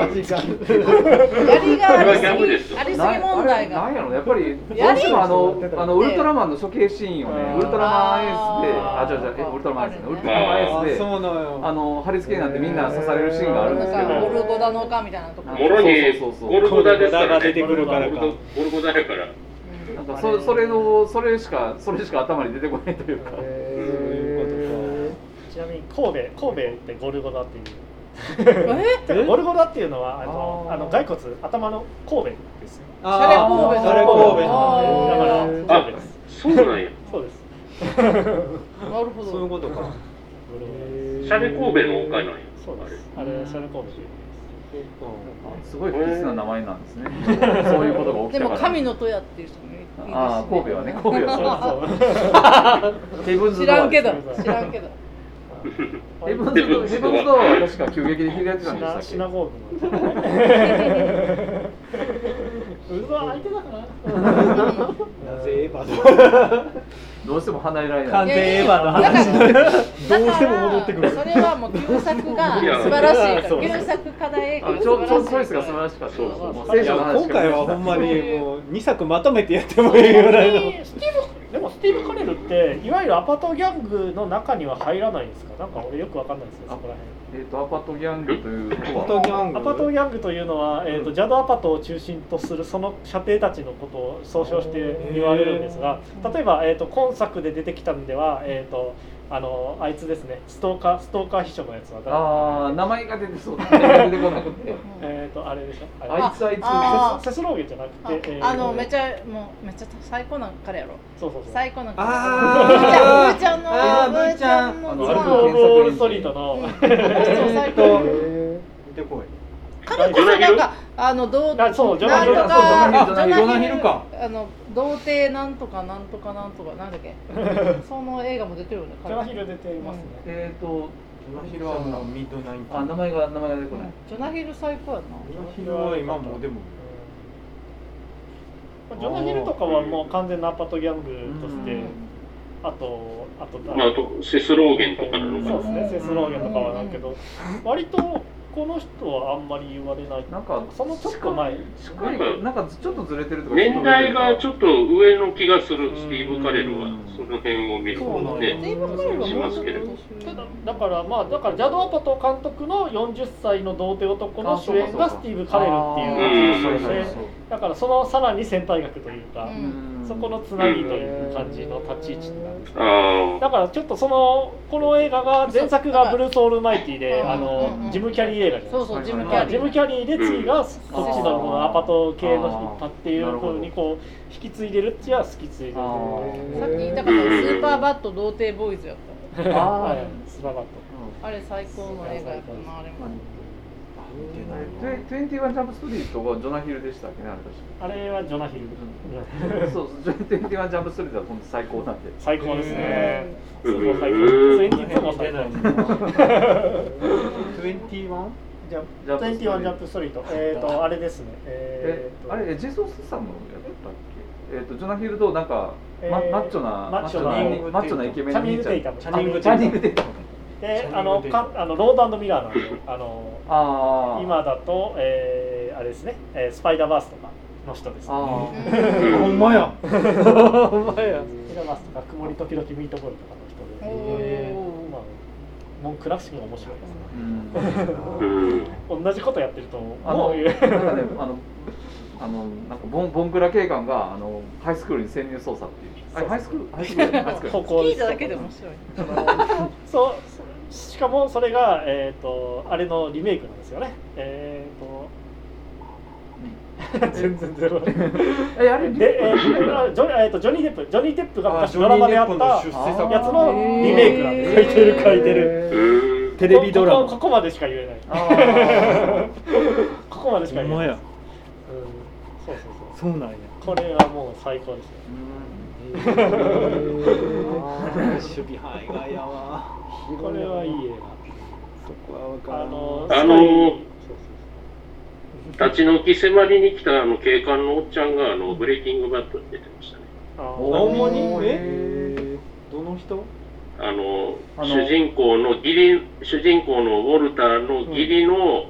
槍がありすぎ問題が。 なんやろやっぱりどうしてもウルトラマンの処刑シーンをね、ウルトラマンエースでウルトラマンエースね、ウルトラマンエースで貼り付けになってみんな刺されるシーンがあるんですけど。 ゴルゴダの丘みたいなところ。 もろにゴルゴダですからね。 出てくるからか。 ゴルゴダやから。 なんかそれしか頭に出てこないというか。 ちなみに神戸ってゴルゴダっていう。ゴルゴダっていうのは骸骨頭の神戸ですよ。 シャレ神戸。 だから神戸です。 そうなんや。 そうです。 なるほど。 そういうことか。 シャレ神戸の丘なんや。 そうです。あれシャレ神戸。 すごい不吉な名前なんですね。そういうことが起きたから。 でも神の戸屋っていう人もいる。 神戸はね、神戸はそう。 知らんけど。 ヘブンズドアは確か急激に開いてたんでしたっけ？ シナゴーグの。うわ相手だから。 なぜエヴァどうしても離れられない。 完全エヴァの話。 どうしても戻ってくる。 それはもう旧作が素晴らしいから。旧作課題映画。 チョイスが素晴らしかった。 今回はほんまにもう2作まとめてやってもいいぐらいの。 でもスティーブ・カレルっていわゆるアパトギャングの中には入らないんですか？なんか俺よくわかんないですよそこら辺。 アパトギャングというのはアパトギャングというのは、ジャドアパトを中心とするその射程たちのことを総称して言われるんですが、例えば、今作で出てきたんでは、あいつですね、ストーカー秘書のやつは名前が出てそうだね。出てこなくてあれでしょ、 あいつセスローゲンじゃなくて、 めっちゃ最高な彼やろ。 そう最高な彼。 ブーちゃんのブーちゃんのウォールストリートの最高。 出てこい。 彼こそなんかそうジョナヒルか。 童貞なんとかなんとかなんとかなんだっけ。その映画も出てるよね。 ジョナヒル出ていますね。 ジョナヒルはミッドナインティ。 名前が出てこない。 ジョナヒル最高やな。 ジョナヒルは今もでも。 ジョナヒルとかはもう完全なアパトギャングとして、あとセスローゲンとかなのかな。 そうですね、セスローゲンとかはなんけど、割とこの人はあんまり言われない。 なんかそのちょっと前、 なんかちょっとずれてるとか。 年代がちょっと上の気がするスティーブ・カレルはその辺を見るとねしますけれど。 だからジャドアパト監督の40歳の童貞男の主演がスティーブ・カレルっていう感じですね。だからそのさらに先輩格というか、 そこのつなぎという感じの立ち位置なんですね。だからちょっとこの映画が前作がブルース・オールマイティでジム・キャリー映画じゃないですか。 そうそうジム・キャリーで次がこっちのこのアパト系のっていう風にこう引き継いでるっちゃ引き継いでる。 さっき言ったからスーパーバット童貞ボーイズやった。 スーパーバット。 あれ最高の映画やったなあれも。 21ジャンプストリートがジョナヒルでしたっけねあれはジョナヒル。 そう21ジャンプストリートは本当最高なんで。 最高ですね。最高。22も最高。21？じゃあ21ジャンプストリート。あれですね。 あれジェイソン・スタムやったっけ？ジョナヒルとなんかマッチョなイケメンの兄ちゃん。チャニング・テイタム。 でロード&ミラーなんで今だとあれですねスパイダーバースとかの人ですね。 ほんまや。 スパイダーバースとか曇り時々ミートボールとかの人で、まあもうクラシックも面白いですね。同じことやってると思う。 なんかボンクラ警官がハイスクールに潜入捜査っていう。ハイスクール聞いただけで面白い。 そう。しかもそれがあれのリメイクなんですよね。全然ゼロ。あれでジョニー・デップが昔ドラマであったやつのリメイクなんです。書いてる。 テレビドラマ。 ここまでしか言えない。ここまでしか言えない。 そうなんや。 これはもう最高ですよ。 守備範囲外やわ。 これはいい映画。 そこは分からん。 立ち退き迫りに来た警官のおっちゃんがブレイキングバットに出てましたね。 ほんまに？どの人？ 主人公のウォルターの義理の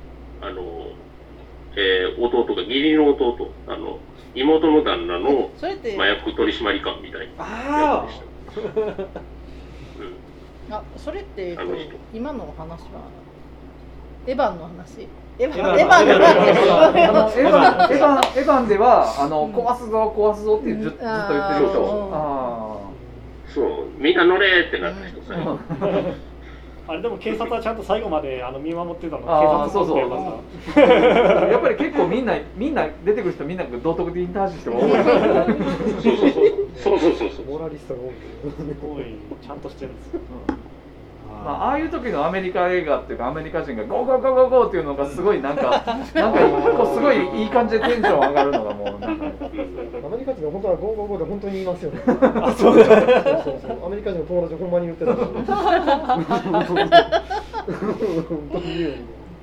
弟が義理の弟妹の旦那の麻薬取締官みたいな役でした。 それって今のお話はエヴァンの話？エヴァンでは壊すぞってずっと言ってる人。 そうみんな乗れってなった人さ。 あれでも警察はちゃんと最後まで見守ってたの。警察そうやっぱり結構みんな出てくる人みんな道徳的に正しい人が多い。 そうモラリストが多い。 ちゃんとしてるんです。 ああいう時のアメリカ映画っていうかアメリカ人がゴーゴーゴーゴーゴーっていうのがすごいなんかすごいいい感じでテンション上がるのがもうなんか。 アメリカ人は本当はゴーゴーゴーで本当に言いますよね。そうアメリカ人の友達ほんまに言ってたから。本当に言うよね。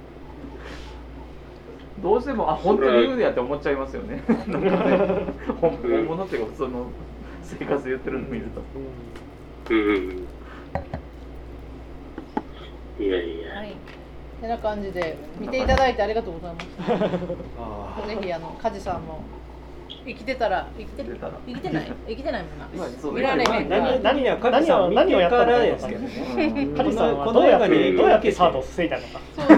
どうしても本当に言うんやって思っちゃいますよね。なんかね本物っていうか普通の生活で言ってるの見ると。 いや。 はい。てな感じで見ていただいてありがとうございました。ぜひ梶さんも生きてたら生きてないもんな。見られへん。 何をやったらですけどね。梶さんはどうやってサードを防いだのか。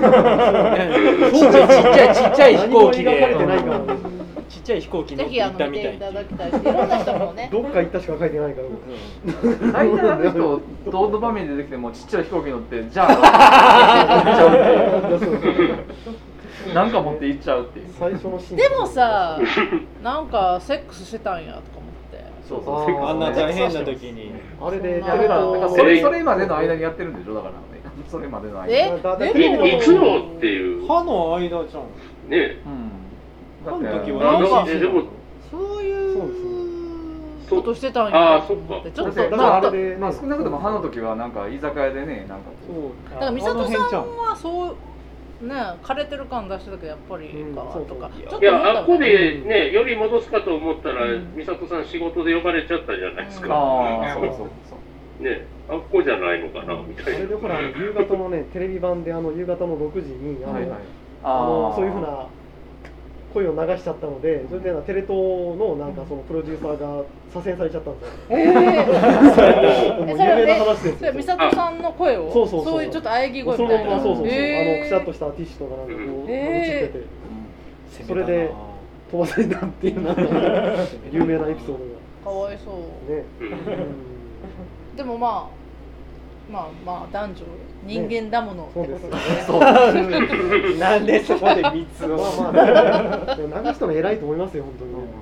ちっちゃい飛行機で。ちっちゃい飛行機乗って行ったみたい。 ぜひ見ていただきたいし、いろんな人もね。 どっか行ったしか書いてないから。 大体あの人どの場面で出てきてもちっちゃい飛行機乗ってじゃあなんか持って行っちゃうっていう。 最初のシーン。 でもさ、なんかセックスしてたんやとか思って。 そうあんな大変な時に。 あれでそれまでの間にやってるんでしょだからね。それまでの間。 いつのっていう。 歯の間じゃん。 ね。 歯の時はでもそういうことしてたんや。そっか。 ちょっと少なくとも歯の時はなんか居酒屋でねなんか。 だから美里さんはそうね枯れてる感出してたけどやっぱりかとか。 いやあっこでねより戻すかと思ったら美里さん仕事で呼ばれちゃったじゃないですか。ねあっこじゃないのかなみたいな。 それでほら夕方のねテレビ版で夕方の6時にそういうふうな声を流しちゃったので、それでテレ東のなんかそのプロデューサーが左遷されちゃったんですよ。有名な話ですよ。 美里さんの声をそういうちょっと喘ぎ声みたいな。 くしゃっとしたティッシュとかなんかこう映ってて、それで飛ばされたっていうなんか有名なエピソードがかわいそうね、 でもまあ男女人間だものってことですね。なんでそこで3つを流したの偉いと思いますよ本当にね。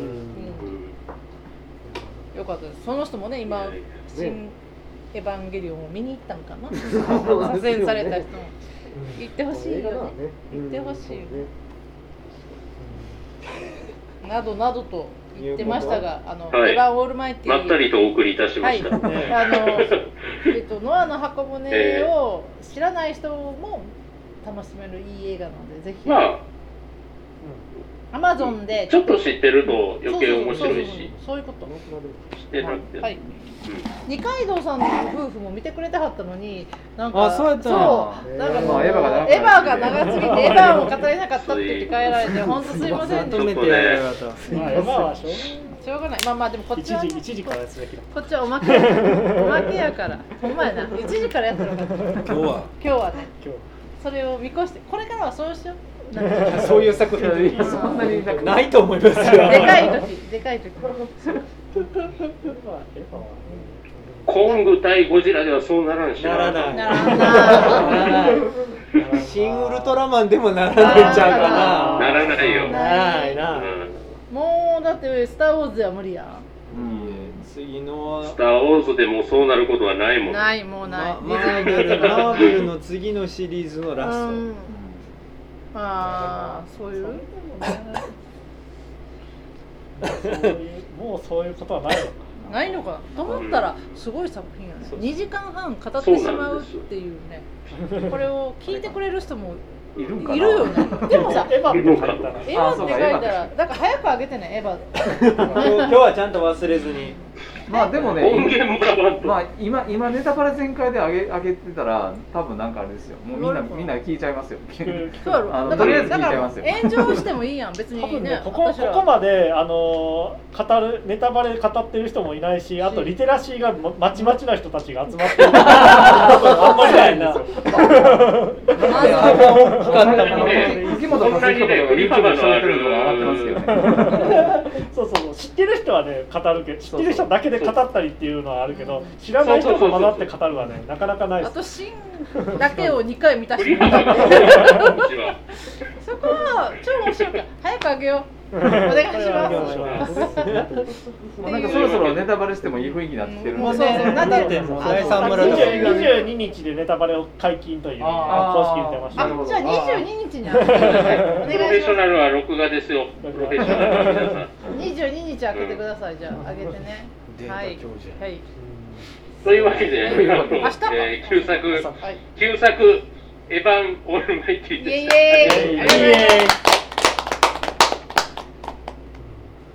よかったです。その人もね今新エヴァンゲリオンを見に行ったのかな。出演された人も行ってほしいよね。行ってほしいよね。などなどと言ってましたが、エヴァンオールマイティまったりとお送りいたしました。 ノアの箱舟を知らない人も楽しめるいい映画なのでぜひ。アマゾンでちょっと知ってると余計面白いし、 そういうこと。 知ってなくて。はい。 二階堂さんの夫婦も見てくれてはったのに、なんかそうやったの。 なんかもうエヴァが長すぎてエヴァを語れなかったって言って帰られて本当すいません。 止めてやらエヴァはしょうがない。まあでもこっちは 1時からやつだけど。 こっちはおまけやから。ほんまやな。1時からやったのか。今日はね。それを見越してこれからはそうしよう。 そういう作品そんなにないと思いますよ。でかい時。 コング対ゴジラではそうならんし。 ならない。新ウルトラマンでもならないんちゃうかな。 ならないよ。 ならないな。 もうだってスターウォーズでは無理やん。 次のスターウォーズでもそうなることはないもん。 ないもうない。 マーベルの次のシリーズのラスト。 ああ、そういうもうそういうことはないのかないのかなと思ったらすごい作品やね。2時間半語ってしまうっていうね。これを聞いてくれる人もいるよね。でもさ、 エヴァって書いたらだから早く上げてね、エヴァ。 今日はちゃんと忘れずに。 まあでもね、まあ今ネタバレ全開で上げてたら多分なんかあれですよ。もうみんな聞いちゃいますよ。とりあえず聞いちゃいますよ。 炎上してもいいやん別にね。 ここまでネタバレ語ってる人もいないし、あとリテラシーがまちまちな人たちが集まってる。あんまりないんですよ。 池本和彦とかが YouTube でしゃべってるのが上がってますけどね。 そう知ってる人はね語るけど、知ってる人だけで語ったりっていうのはあるけど、知らない人と混ざって語るはねなかなかないです。 あとシーンだけを2回見たしてもらってそこは超面白いから早くあげよう。お願いします。 なんかそろそろネタバレしてもいい雰囲気になってきてるんで。 もうそうなんだって 22日でネタバレを解禁という公式言ってました。 じゃあ22日にあげて。 プロフェッショナルは録画ですよ。プロフェッショナル皆さん。 22日開けてください。じゃあ上げてね。はい。 というわけで旧作エヴァンオールマイティでした。